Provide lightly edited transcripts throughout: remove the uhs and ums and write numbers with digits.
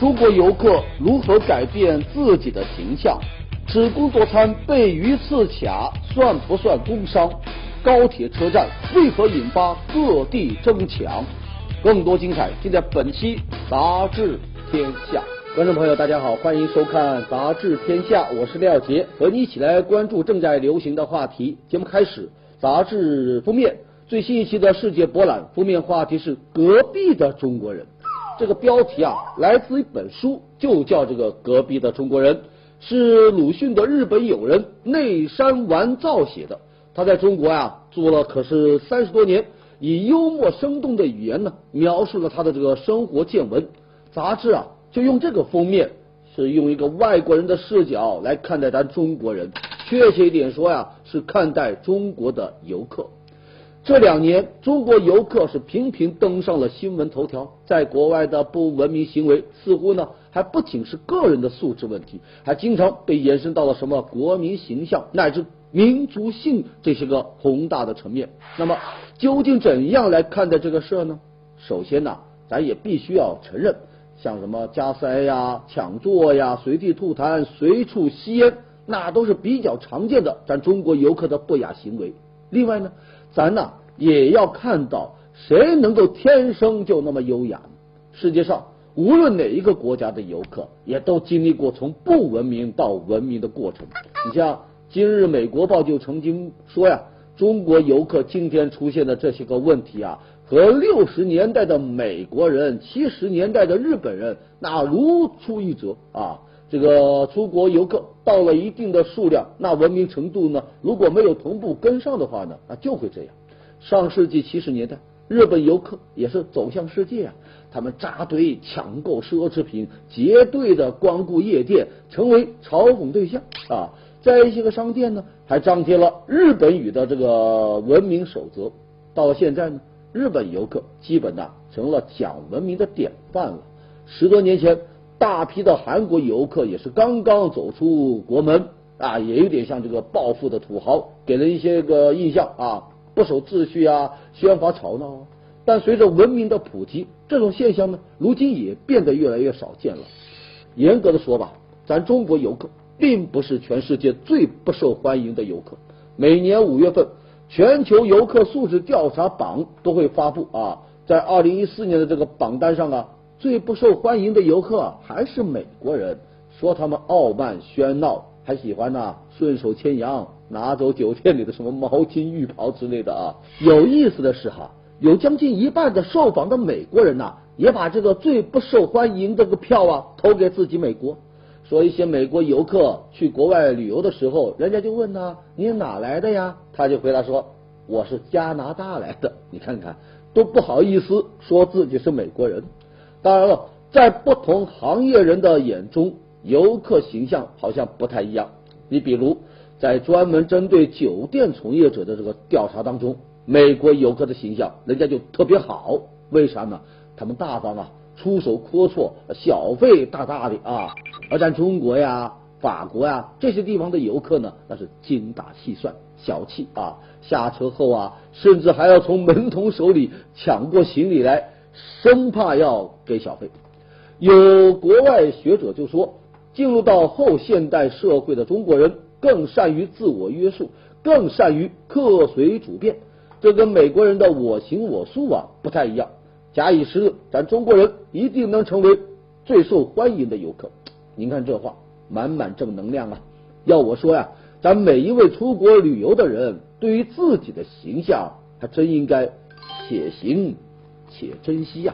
中国游客如何改变自己的形象？吃工作餐被鱼刺卡算不算工伤？高铁车站为何引发各地争抢？更多精彩尽在本期杂志天下。观众朋友大家好，欢迎收看杂志天下，我是廖杰，和你一起来关注正在流行的话题。节目开始，杂志封面最新一期的世界博览封面话题是隔壁的中国人。这个标题来自一本书，就叫这个隔壁的中国人，是鲁迅的日本友人内山完造写的。他在中国住了可是30多年，以幽默生动的语言呢描述了他的这个生活见闻。杂志就用这个封面，是用一个外国人的视角来看待咱中国人，确切一点说是看待中国的游客。这2年，中国游客是频频登上了新闻头条，在国外的不文明行为似乎呢还不仅是个人的素质问题，还经常被延伸到了什么国民形象乃至民族性这些个宏大的层面。那么究竟怎样来看待这个事呢？首先咱也必须要承认，像什么加塞抢座随地吐痰、随处吸烟，那都是比较常见的咱中国游客的不雅行为。另外呢，咱也要看到谁能够天生就那么优雅呢？世界上无论哪一个国家的游客也都经历过从不文明到文明的过程。你像今日美国报就曾经说中国游客今天出现的这些个问题和60年代的美国人、70年代的日本人那如出一辙这个出国游客到了一定的数量，那文明程度呢，如果没有同步跟上的话呢，那就会这样。上世纪70年代，日本游客也是走向世界他们扎堆抢购奢侈品，结队的光顾夜店，成为嘲讽对象在一些个商店呢，还张贴了日本语的这个文明守则。到了现在呢，日本游客基本成了讲文明的典范了。10多年前，大批的韩国游客也是刚刚走出国门也有点像这个暴富的土豪，给人一些个印象不守秩序喧哗吵闹但随着文明的普及，这种现象呢，如今也变得越来越少见了。严格的说吧，咱中国游客并不是全世界最不受欢迎的游客。每年5月份，全球游客素质调查榜都会发布在2014年的这个榜单上最不受欢迎的游客还是美国人，说他们傲慢喧闹，还喜欢顺手牵羊，拿走酒店里的什么毛巾浴袍之类的有意思的是有将近一半的受访的美国人也把这个最不受欢迎这个票投给自己美国。说一些美国游客去国外旅游的时候，人家就问你哪来的呀？他就回答说我是加拿大来的。你看看，都不好意思说自己是美国人。当然了，在不同行业人的眼中，游客形象好像不太一样。你比如在专门针对酒店从业者的这个调查当中，美国游客的形象人家就特别好。为啥呢？他们大方出手阔绰，小费大大的而咱中国法国这些地方的游客呢，那是精打细算，小气下车后甚至还要从门童手里抢过行李来，生怕要给小费。有国外学者就说，进入到后现代社会的中国人更善于自我约束，更善于客随主便，这跟美国人的我行我素不太一样。假以时日，咱中国人一定能成为最受欢迎的游客。您看这话满满正能量要我说咱每一位出国旅游的人对于自己的形象还真应该且行且珍惜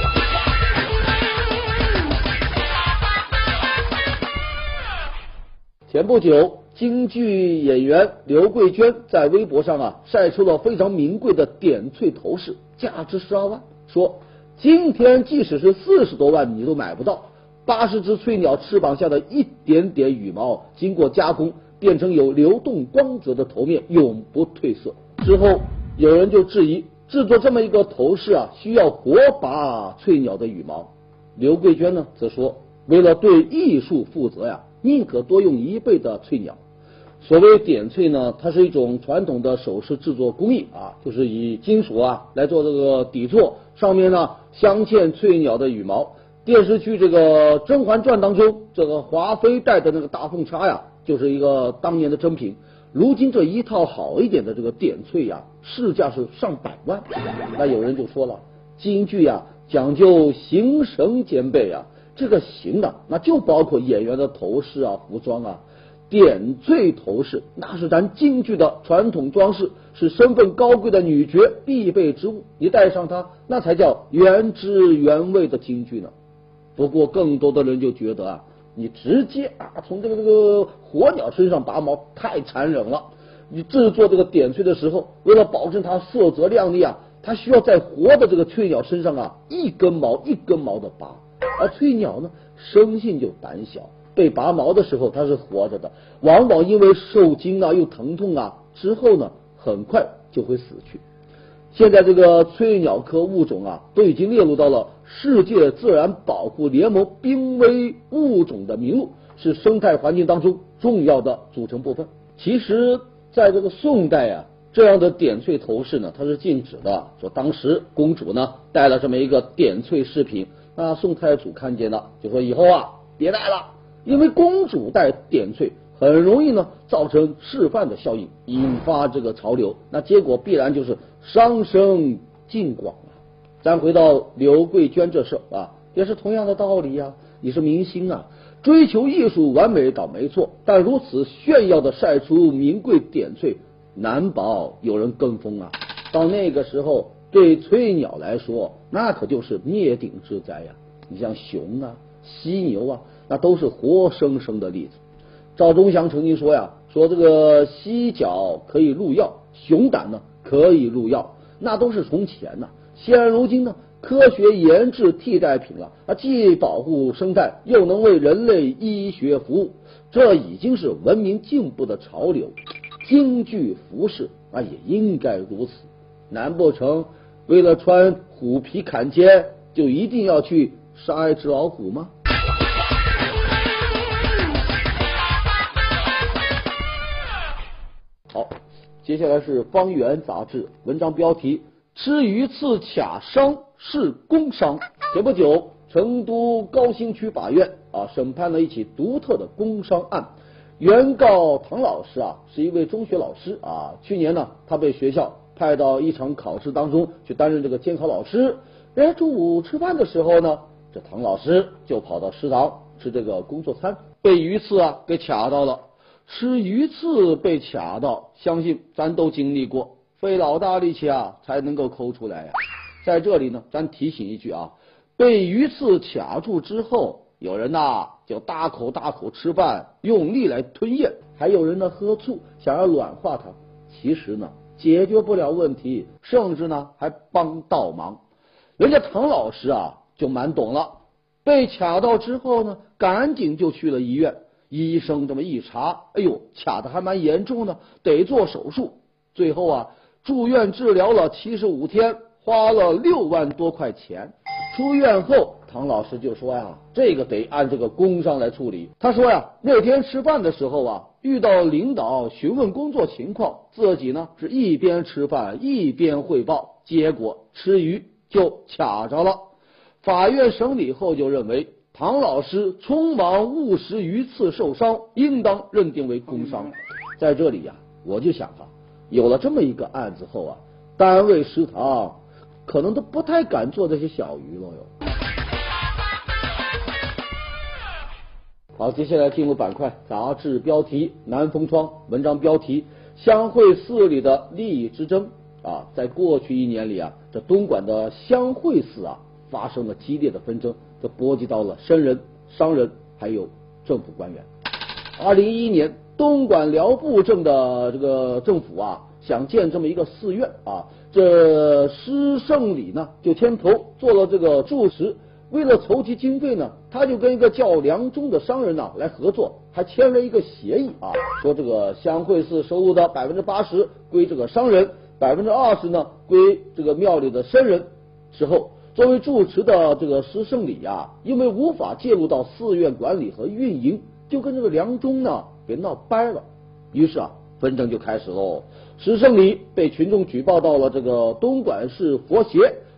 前不久，京剧演员刘桂娟在微博上晒出了非常名贵的点翠头饰，价值12万，说今天即使是40多万你都买不到。80只翠鸟翅膀下的一点点羽毛，经过加工变成有流动光泽的头面，永不褪色。之后有人就质疑，制作这么一个头饰需要活拔翠鸟的羽毛。刘桂娟呢则说，为了对艺术负责宁可多用1倍的翠鸟。所谓点翠呢，它是一种传统的首饰制作工艺就是以金属来做这个底座，上面呢镶嵌翠鸟的羽毛。 电视剧这个《甄嬛传》当中，这个华妃戴的那个大凤钗呀，就是一个当年的珍品。如今这一套好一点的这个点翠呀，市价是上百万。那有人就说了，京剧呀讲究形神兼备啊，这个形啊，那就包括演员的头饰啊、服装啊。点翠头饰那是咱京剧的传统装饰，是身份高贵的女角必备之物。你戴上它，那才叫原汁原味的京剧呢。不过更多的人就觉得啊，你直接从这个火鸟身上拔毛太残忍了。你制作这个点翠的时候，为了保证它色泽亮丽啊，它需要在活的这个翠鸟身上啊一根毛一根毛的拔。而翠鸟呢，生性就胆小，被拔毛的时候它是活着的，往往因为受惊啊又疼痛啊，之后呢很快就会死去。现在这个翠鸟科物种啊，都已经列入到了世界自然保护联盟濒危物种的名录，是生态环境当中重要的组成部分。其实在这个宋代啊，这样的点翠头饰呢，它是禁止的。说当时公主呢戴了这么一个点翠饰品，那宋太祖看见了，就说以后啊别戴了，因为公主戴点翠很容易呢造成示范的效应，引发这个潮流，那结果必然就是伤生尽广啊。咱回到刘桂娟这事啊，也是同样的道理啊。你是明星啊，追求艺术完美倒没错，但如此炫耀的晒出名贵点翠，难保有人跟风啊。到那个时候，对翠鸟来说，那可就是灭顶之灾呀。你像熊啊、犀牛啊，那都是活生生的例子。赵忠祥曾经说呀，说这个犀角可以入药，熊胆呢可以入药，那都是从前呢。现如今呢，科学研制替代品了啊，既保护生态，又能为人类医学服务，这已经是文明进步的潮流。京剧服饰啊，也应该如此。难不成为了穿虎皮坎肩，就一定要去杀一只老虎吗？好，接下来是《方圆》杂志文章标题：吃鱼刺卡伤是工伤。前不久，成都高新区法院审判了一起独特的工伤案。原告唐老师是一位中学老师去年呢，他被学校派到一场考试当中去担任这个监考老师。中午吃饭的时候呢，这唐老师就跑到食堂吃这个工作餐，被鱼刺给卡到了。吃鱼刺被卡到，相信咱都经历过，费老大力气才能够抠出来呀。在这里呢，咱提醒一句被鱼刺卡住之后，有人就大口大口吃饭，用力来吞咽，还有人呢喝醋，想要软化它。其实呢，解决不了问题，甚至呢还帮倒忙。人家唐老师就蛮懂了，被卡到之后呢，赶紧就去了医院。医生这么一查，哎呦，卡得还蛮严重的，得做手术。最后住院治疗了75天，花了6万多块钱。出院后，唐老师就说这个得按这个工伤来处理。他说那天吃饭的时候遇到领导询问工作情况，自己呢是一边吃饭一边汇报，结果吃鱼就卡着了。法院审理后就认为，唐老师匆忙误食鱼刺受伤，应当认定为工伤。在这里我就想有了这么一个案子后单位食堂可能都不太敢做这些小鱼了哟。好，接下来进入板块，杂志标题南风窗，文章标题湘会寺里的利益之争在过去1年里这东莞的湘会寺发生了激烈的纷争，这波及到了僧人、商人还有政府官员。2011年，东莞寮步镇的这个政府想建这么一个寺院这施圣礼呢就牵头做了这个住持。为了筹集经费呢，他就跟一个叫梁中的商人来合作，还签了一个协议说这个湘会寺收入的80%归这个商人，20%呢归这个庙里的僧人。之后，作为住持的这个施圣礼因为无法介入到寺院管理和运营，就跟这个梁中呢给闹掰了。于是纷争就开始喽。施圣礼被群众举报到了这个东莞市佛协，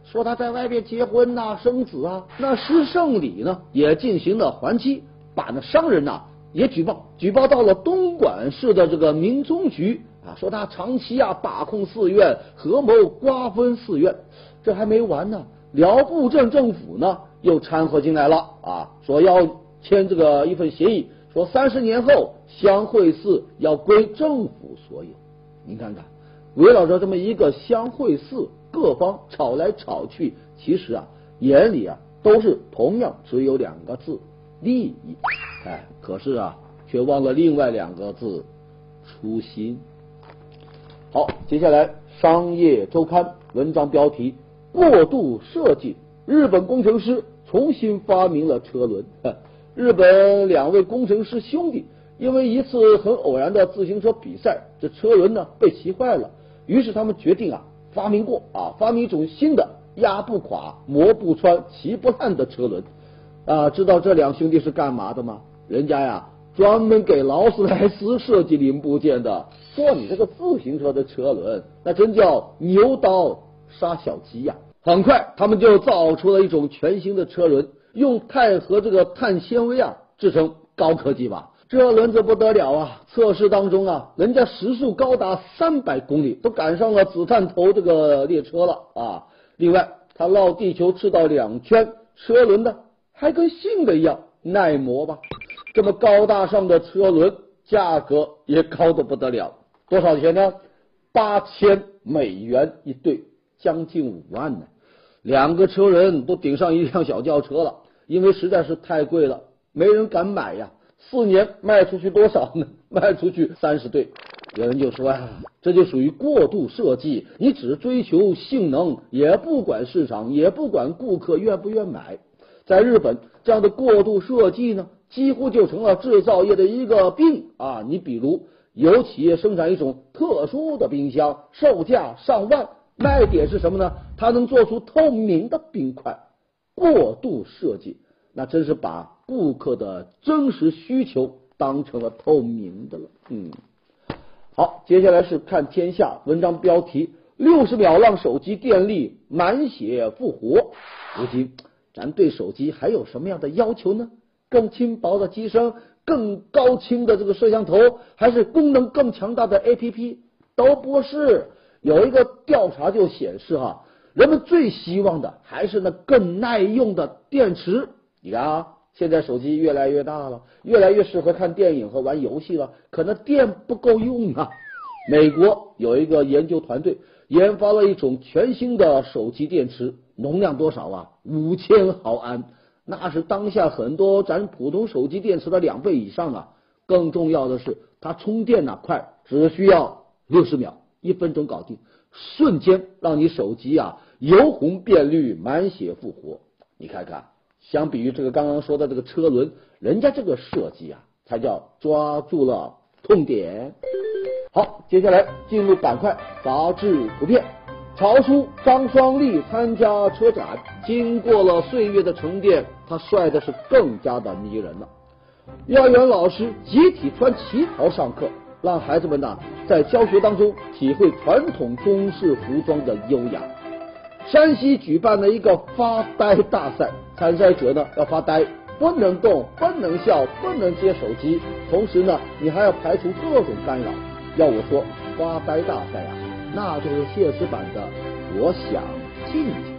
说他在外边结婚呐、生子啊。那施胜礼呢也进行了还击，把那商人呐也举报到了东莞市的这个民宗局啊，说他长期把控寺院，合谋瓜分寺院。这还没完呢，辽布政政府呢又掺和进来了啊，说要签这个一份协议，说30年后香会寺要归政府所有。您看看，围绕着这么一个香会寺，各方吵来吵去，其实眼里都是同样只有2个字：利益。可是却忘了另外2个字：初心。好，接下来商业周刊文章标题：过度设计，日本工程师重新发明了车轮。日本2位工程师兄弟因为一次很偶然的自行车比赛，这车轮呢被骑坏了，于是他们决定发明一种新的压不垮、磨不穿、骑不烂的车轮。知道这2兄弟是干嘛的吗？人家专门给劳斯莱斯设计零部件的。说你这个自行车的车轮，那真叫牛刀杀小鸡呀！很快他们就造出了一种全新的车轮，用钛和这个碳纤维制成，高科技吧。这轮子不得了测试当中人家时速高达300公里，都赶上了子弹头这个列车了另外它绕地球赤道2圈，车轮呢还跟新的一样耐磨吧。这么高大上的车轮，价格也高得不得了，多少钱呢？$8000一对，将近5万呢。2个车轮都顶上一辆小轿车了，因为实在是太贵了，没人敢买呀。4年卖出去多少呢？卖出去30对。有人就说这就属于过度设计，你只追求性能，也不管市场，也不管顾客愿不愿买。在日本，这样的过度设计呢，几乎就成了制造业的一个病你比如有企业生产一种特殊的冰箱，售价上万，卖点是什么呢？它能做出透明的冰块。过度设计，那真是把顾客的真实需求当成了透明的了。好，接下来是看天下文章标题：60秒让手机电力满血复活。如今咱对手机还有什么样的要求呢？更轻薄的机身，更高清的这个摄像头，还是功能更强大的 APP？ 都不是。有一个调查就显示人们最希望的还是那更耐用的电池。你看现在手机越来越大了，越来越适合看电影和玩游戏了，可能电不够用美国有一个研究团队研发了一种全新的手机电池，容量多少？5000毫安，那是当下很多咱普通手机电池的2倍以上更重要的是，它充电快，只需要60秒，1分钟搞定，瞬间让你手机由红变绿，满血复活。你看看，相比于这个刚刚说的这个车轮，人家这个设计才叫抓住了痛点。好，接下来进入板块杂志图片。潮叔张双立参加车展，经过了岁月的沉淀，他帅的是更加的迷人了。幼儿园老师集体穿旗袍上课，让孩子们在教学当中体会传统中式服装的优雅。山西举办了一个发呆大赛，参赛者要发呆，不能动，不能笑，不能接手机，同时你还要排除各种干扰。要我说，发呆大赛那就是现实版的我想静静。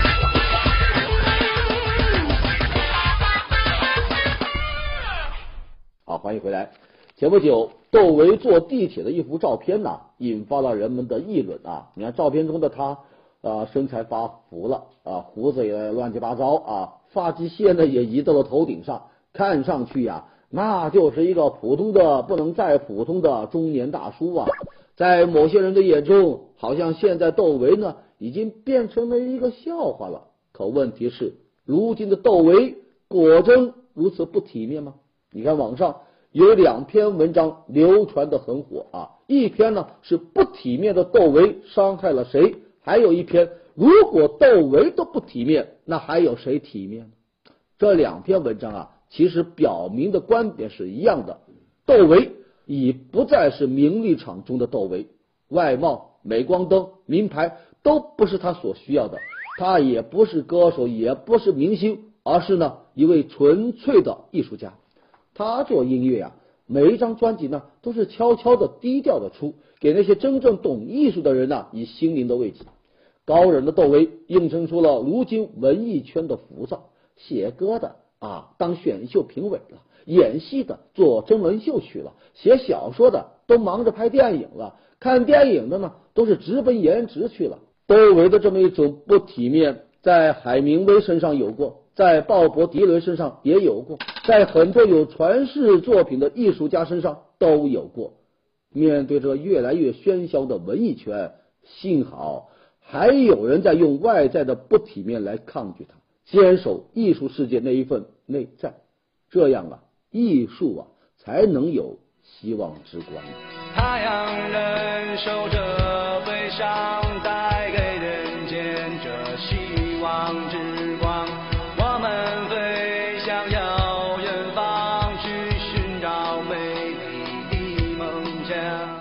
好，欢迎回来。前不久，窦唯坐地铁的一幅照片引发了人们的议论你看照片中的他身材发福了胡子也乱七八糟发际线呢也移到了头顶上，看上去那就是一个普通的不能再普通的中年大叔在某些人的眼中，好像现在窦唯呢已经变成了一个笑话了。可问题是，如今的窦唯果真如此不体面吗？你看网上有2篇文章流传的很火一篇呢是不体面的窦唯伤害了谁，还有一篇如果窦唯都不体面，那还有谁体面呢？这2篇文章其实表明的观点是一样的，窦唯已不再是名利场中的窦唯，外貌、镁光灯、名牌都不是他所需要的， 他也不是歌手，也不是明星，而是呢一位纯粹的艺术家。他做音乐啊，每一张专辑呢都是悄悄的、低调的出，给那些真正懂艺术的人呢以心灵的慰藉。高人的窦唯映衬出了如今文艺圈的浮躁，写歌的当选秀评委了，演戏的做真人秀去了，写小说的都忙着拍电影了，看电影的呢都是直奔颜值去了。窦唯的这么一种不体面，在海明威身上有过，在鲍勃迪伦身上也有过，在很多有传世作品的艺术家身上都有过。面对着越来越喧嚣的文艺圈，幸好还有人在用外在的不体面来抗拒它，坚守艺术世界那一份内在，这样艺术才能有希望之光。 太阳忍受着悲伤，带给人间这希望之光。我们飞向遥远方，去寻找美丽的梦想。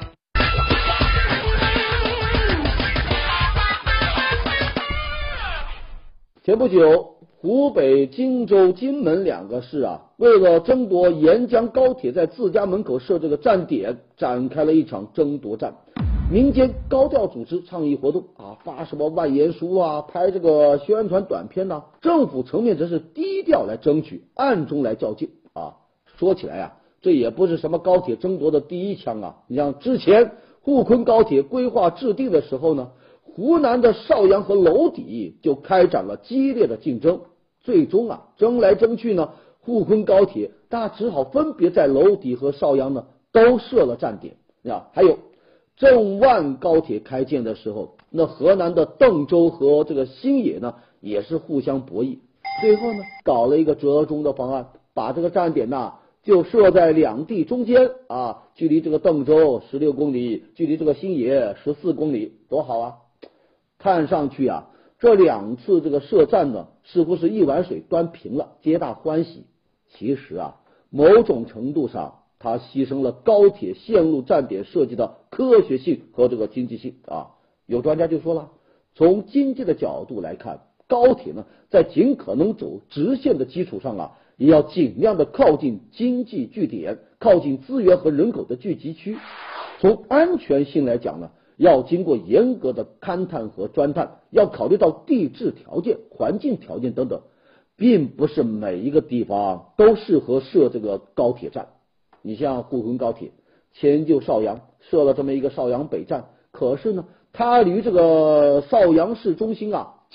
前不久，湖北荆州、荆门两个市为了争夺沿江高铁在自家门口设这个站点，展开了一场争夺战。民间高调组织倡议活动发什么万言书拍这个宣传短片政府层面则是低调来争取，暗中来较劲说起来这也不是什么高铁争夺的第一枪你像之前沪昆高铁规划制定的时候呢，湖南的邵阳和娄底就开展了激烈的竞争，最终争来争去呢，沪昆高铁大家只好分别在娄底和邵阳呢都设了站点还有郑万高铁开建的时候，那河南的邓州和这个新野呢也是互相博弈，最后呢搞了一个折中的方案，把这个站点就设在两地中间距离这个邓州16公里，距离这个新野14公里，多好看上去这两次这个设站呢，似乎是一碗水端平了，皆大欢喜。其实某种程度上，它牺牲了高铁线路站点设计的科学性和这个经济性有专家就说了，从经济的角度来看，高铁呢在尽可能走直线的基础上也要尽量的靠近经济据点，靠近资源和人口的聚集区。从安全性来讲呢，要经过严格的勘探和钻探，要考虑到地质条件、环境条件等等，并不是每一个地方都适合设这个高铁站。你像沪昆高铁迁就邵阳，设了这么一个邵阳北站，可是呢，它离这个邵阳市中心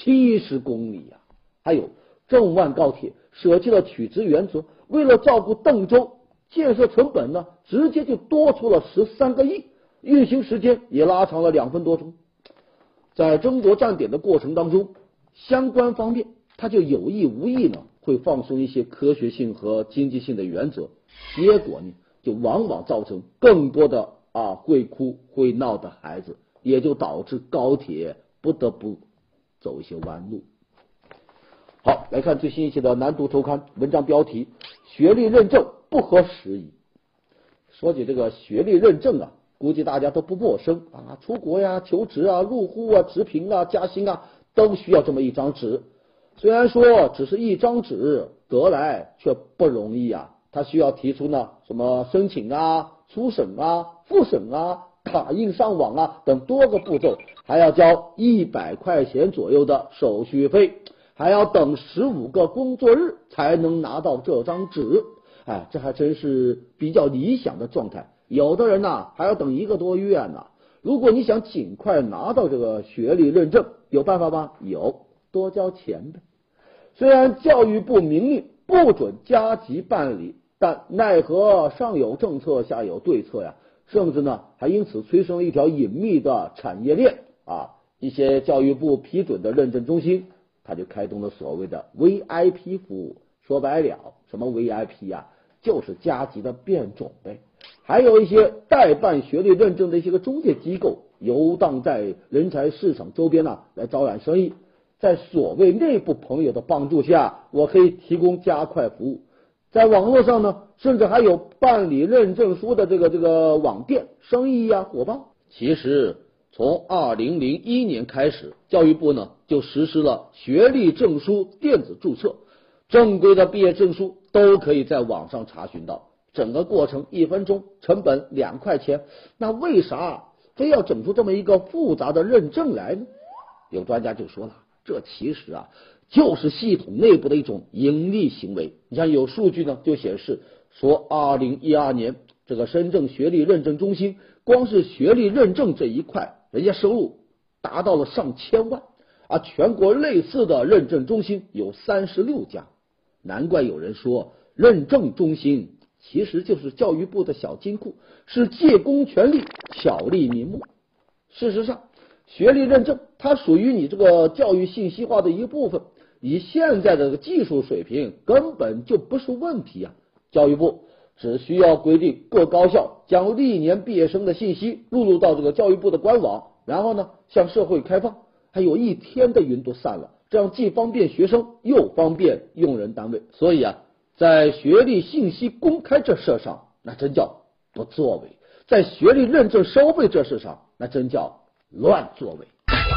70公里还有郑万高铁舍弃了取直原则，为了照顾邓州，建设成本呢直接就多出了13个亿，运行时间也拉长了2分多钟。在争夺站点的过程当中，相关方面它就有意无意呢会放松一些科学性和经济性的原则，结果呢就往往造成更多的会哭会闹的孩子，也就导致高铁不得不走一些弯路。好，来看最新一期的南都周刊，文章标题：学历认证不合时宜。说起这个学历认证估计大家都不陌生出国求职入户职评加薪都需要这么一张纸。虽然说只是一张纸，得来却不容易它需要提出呢什么申请初审复审卡印上网等多个步骤，还要交100块钱左右的手续费，还要等15个工作日才能拿到这张纸。这还真是比较理想的状态。有的人还要等1个多月呢。如果你想尽快拿到这个学历认证，有办法吗？有，多交钱呗。虽然教育部明令不准加急办理，但奈何上有政策下有对策甚至呢还因此催生了一条隐秘的产业链一些教育部批准的认证中心，它就开通了所谓的 VIP 服务。说白了，什么 VIP 就是加急的变种呗。还有一些代办学历认证的一些个中介机构，游荡在人才市场周边来招揽生意。在所谓内部朋友的帮助下，我可以提供加快服务。在网络上呢，甚至还有办理认证书的这个网店，生意火爆。其实从2001年开始，教育部呢就实施了学历证书电子注册，正规的毕业证书都可以在网上查询到，整个过程1分钟，成本2块钱。那为啥非要整出这么一个复杂的认证来呢？有专家就说了，这其实就是系统内部的一种盈利行为。你像有数据呢就显示说，2012年这个深圳学历认证中心光是学历认证这一块，人家收入达到了上千万全国类似的认证中心有36家。难怪有人说，认证中心其实就是教育部的小金库，是借公权力，巧立名目。事实上，学历认证它属于你这个教育信息化的一部分，以现在的技术水平根本就不是问题教育部只需要规定各高校将历年毕业生的信息录入到这个教育部的官网，然后呢向社会开放，还有1天的云都散了，这样既方便学生又方便用人单位。所以在学历信息公开这事上，那真叫不作为；在学历认证收费这事上，那真叫乱作为。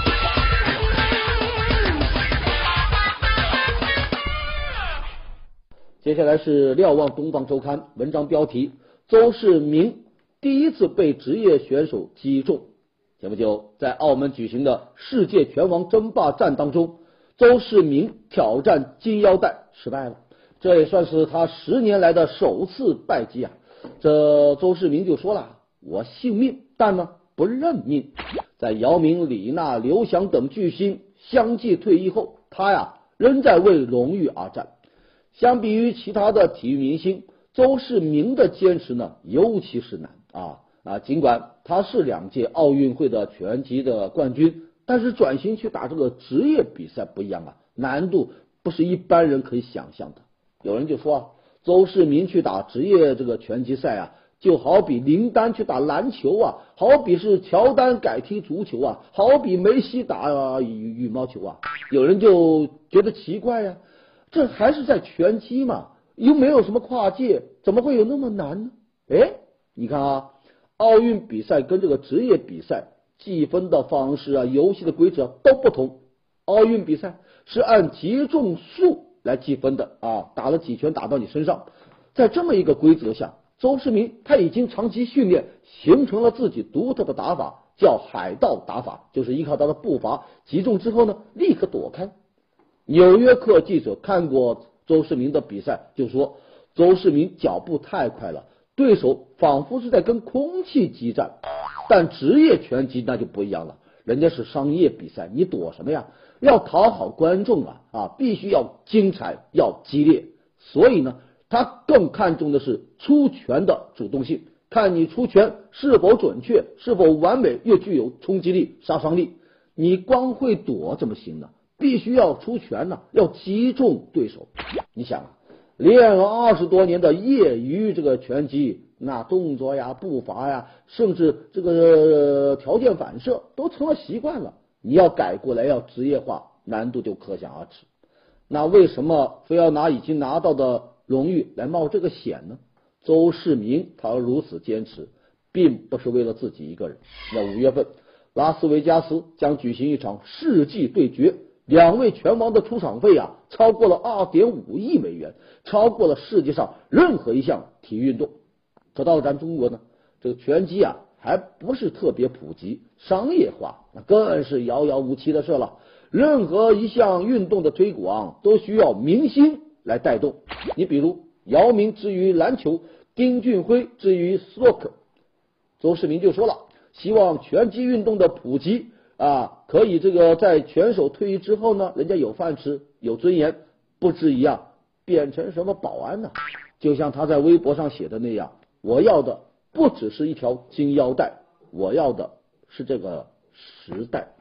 接下来是瞭望东方周刊文章标题：邹市明第一次被职业选手击中。前不久在澳门举行的世界拳王争霸战当中，邹市明挑战金腰带失败了，这也算是他10年来的首次败绩这邹市明就说了，我信命，但呢不认命。在姚明、李娜、刘翔等巨星相继退役后，他仍在为荣誉而战。相比于其他的体育明星，邹市明的坚持呢尤其是难尽管他是2届奥运会的拳击的冠军，但是转型去打这个职业比赛不一样难度不是一般人可以想象的。有人就说邹市明去打职业这个拳击赛就好比林丹去打篮球好比是乔丹改踢足球好比梅西打羽毛球有人就觉得奇怪这还是在拳击嘛，又没有什么跨界，怎么会有那么难呢？你看奥运比赛跟这个职业比赛计分的方式游戏的规则都不同。奥运比赛是按击中数来计分的打了几拳打到你身上。在这么一个规则下，邹市明他已经长期训练，形成了自己独特的打法，叫海盗打法，就是依靠他的步伐，击中之后呢立刻躲开。纽约客记者看过邹市明的比赛，就说邹市明脚步太快了，对手仿佛是在跟空气激战。但职业拳击那就不一样了，人家是商业比赛，你躲什么呀？要讨好观众必须要精彩，要激烈。所以呢，他更看重的是出拳的主动性，看你出拳是否准确，是否完美，又具有冲击力、杀伤力。你光会躲怎么行呢？必须要出拳要击中对手。你想练了20多年的业余这个拳击，那动作步伐甚至这个条件反射都成了习惯了，你要改过来要职业化，难度就可想而知。那为什么非要拿已经拿到的荣誉来冒这个险呢？邹市明他如此坚持，并不是为了自己一个人。那5月份拉斯维加斯将举行一场世纪对决，2位拳王的出场费超过了2.5亿美元，超过了世界上任何一项体育运动。可到了咱中国呢，这个拳击还不是特别普及，商业化那更是遥遥无期的事了。任何一项运动的推广都需要明星来带动。你比如姚明之于篮球，丁俊晖之于斯诺克。邹市明就说了，希望拳击运动的普及可以这个在拳手退役之后呢，人家有饭吃，有尊严，不至于变成什么保安呢。就像他在微博上写的那样，我要的不只是一条金腰带，我要的是这个时代。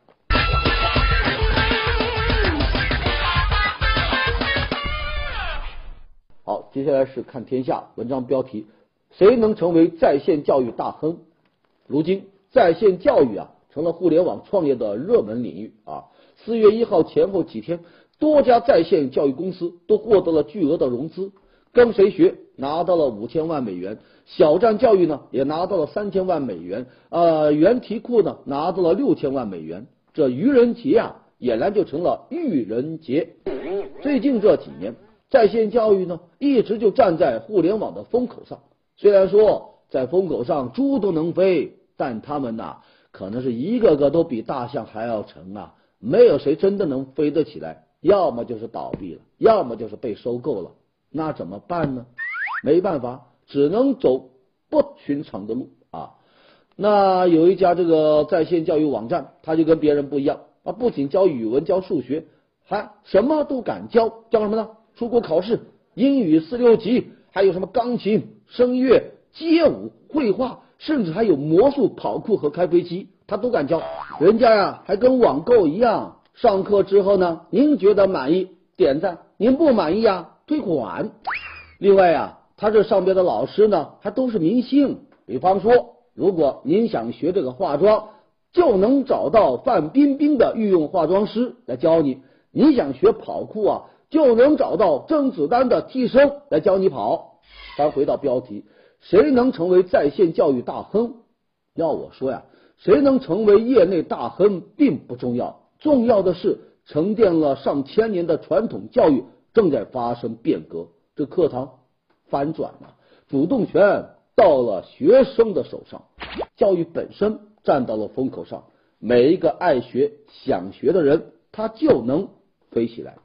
好，接下来是看天下文章标题：谁能成为在线教育大亨？如今在线教育成了互联网创业的热门领域4月1号前后几天，多家在线教育公司都获得了巨额的融资。 跟谁学拿到了5000万美元，小站教育呢也拿到了3000万美元，原题库呢拿到了6000万美元。这愚人节啊，俨然就成了育人节。最近这几年，在线教育呢一直就站在互联网的风口上。虽然说在风口上猪都能飞，但他们呐可能是一个个都比大象还要沉啊，没有谁真的能飞得起来，要么就是倒闭了，要么就是被收购了。那怎么办呢？没办法，只能走不寻常的路啊。那有一家这个在线教育网站，他就跟别人不一样啊，不仅教语文教数学，还什么都敢教。教什么呢？出国考试，英语4、6级，还有什么钢琴、声乐、街舞、绘画，甚至还有魔术、跑酷和开飞机，他都敢教。人家呀还跟网购一样，上课之后呢，您觉得满意点赞，您不满意啊退款。另外啊，他这上边的老师呢还都是明星，比方说如果您想学这个化妆，就能找到范冰冰的御用化妆师来教你；你想学跑酷啊，就能找到甄子丹的替身来教你跑。咱回到标题，谁能成为在线教育大亨？要我说呀，谁能成为业内大亨并不重要，重要的是沉淀了上千年的传统教育正在发生变革。这课堂反转了，主动权到了学生的手上，教育本身站到了风口上，每一个爱学想学的人，他就能飞起来。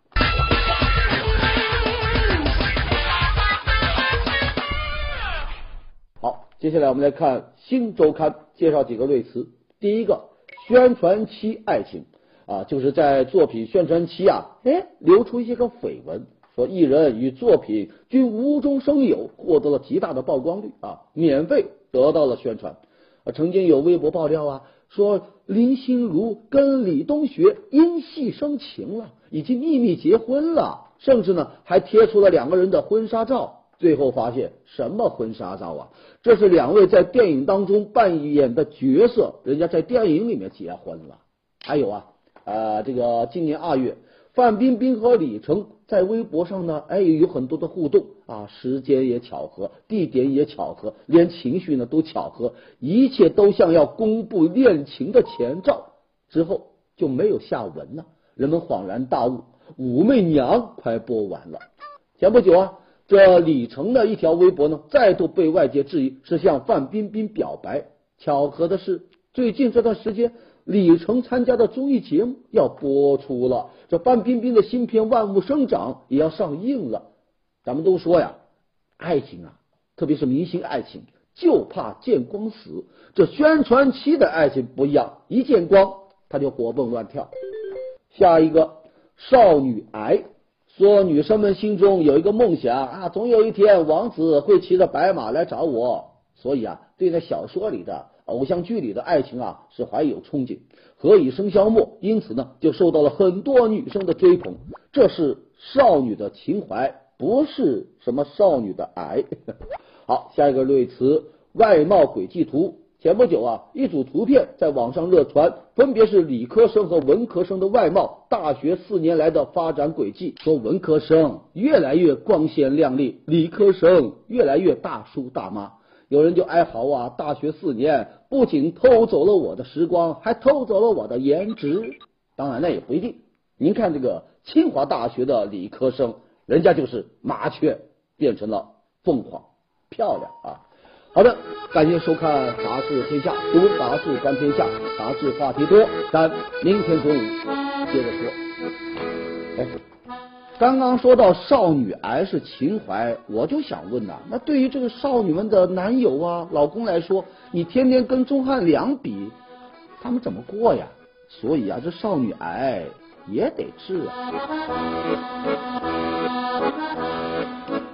好，接下来我们来看新周刊介绍几个锐词。第一个，宣传期爱情啊，就是在作品宣传期啊，流出一些个绯闻，说艺人与作品均无中生有，获得了极大的曝光率啊，免费得到了宣传。曾经有微博爆料啊，说林心如跟李东学因戏生情了，已经秘密结婚了，甚至呢还贴出了2个人的婚纱照。最后发现什么婚纱照啊？这是2位在电影当中扮演的角色，人家在电影里面结婚了。还有这个今年2月，范冰冰和李晨在微博上呢，有很多的互动啊，时间也巧合，地点也巧合，连情绪呢都巧合，一切都像要公布恋情的前兆。之后就没有下文了，人们恍然大悟，武媚娘快播完了。前不久啊，这李晨的一条微博呢，再度被外界质疑是向范冰冰表白。巧合的是，最近这段时间，李晨参加的综艺节目要播出了，这范冰冰的新片《万物生长》也要上映了。咱们都说呀，爱情啊，特别是明星爱情，就怕见光死。这宣传期的爱情不一样，一见光他就活蹦乱跳。下一个，少女癌。说女生们心中有一个梦想啊，总有一天王子会骑着白马来找我，所以啊，对那小说里的、偶像剧里的爱情啊是怀有憧憬。何以笙箫默，因此呢就受到了很多女生的追捧。这是少女的情怀，不是什么少女的癌。好，下一个类词，外貌轨迹图。前不久啊，一组图片在网上热传，分别是理科生和文科生的外貌，大学4年来的发展轨迹。说文科生越来越光鲜亮丽，理科生越来越大叔大妈。有人就哀嚎啊，大学4年不仅偷走了我的时光，还偷走了我的颜值。当然那也不一定，您看这个清华大学的理科生，人家就是麻雀变成了凤凰，漂亮啊。好的，感谢收看《杂志天下》，读杂志观天下，杂志话题多，咱明天中午接着说。刚刚说到少女癌是情怀，我就想问呐，那对于这个少女们的男友啊、老公来说，你天天跟钟汉良比，他们怎么过呀？所以啊，这少女癌也得治啊。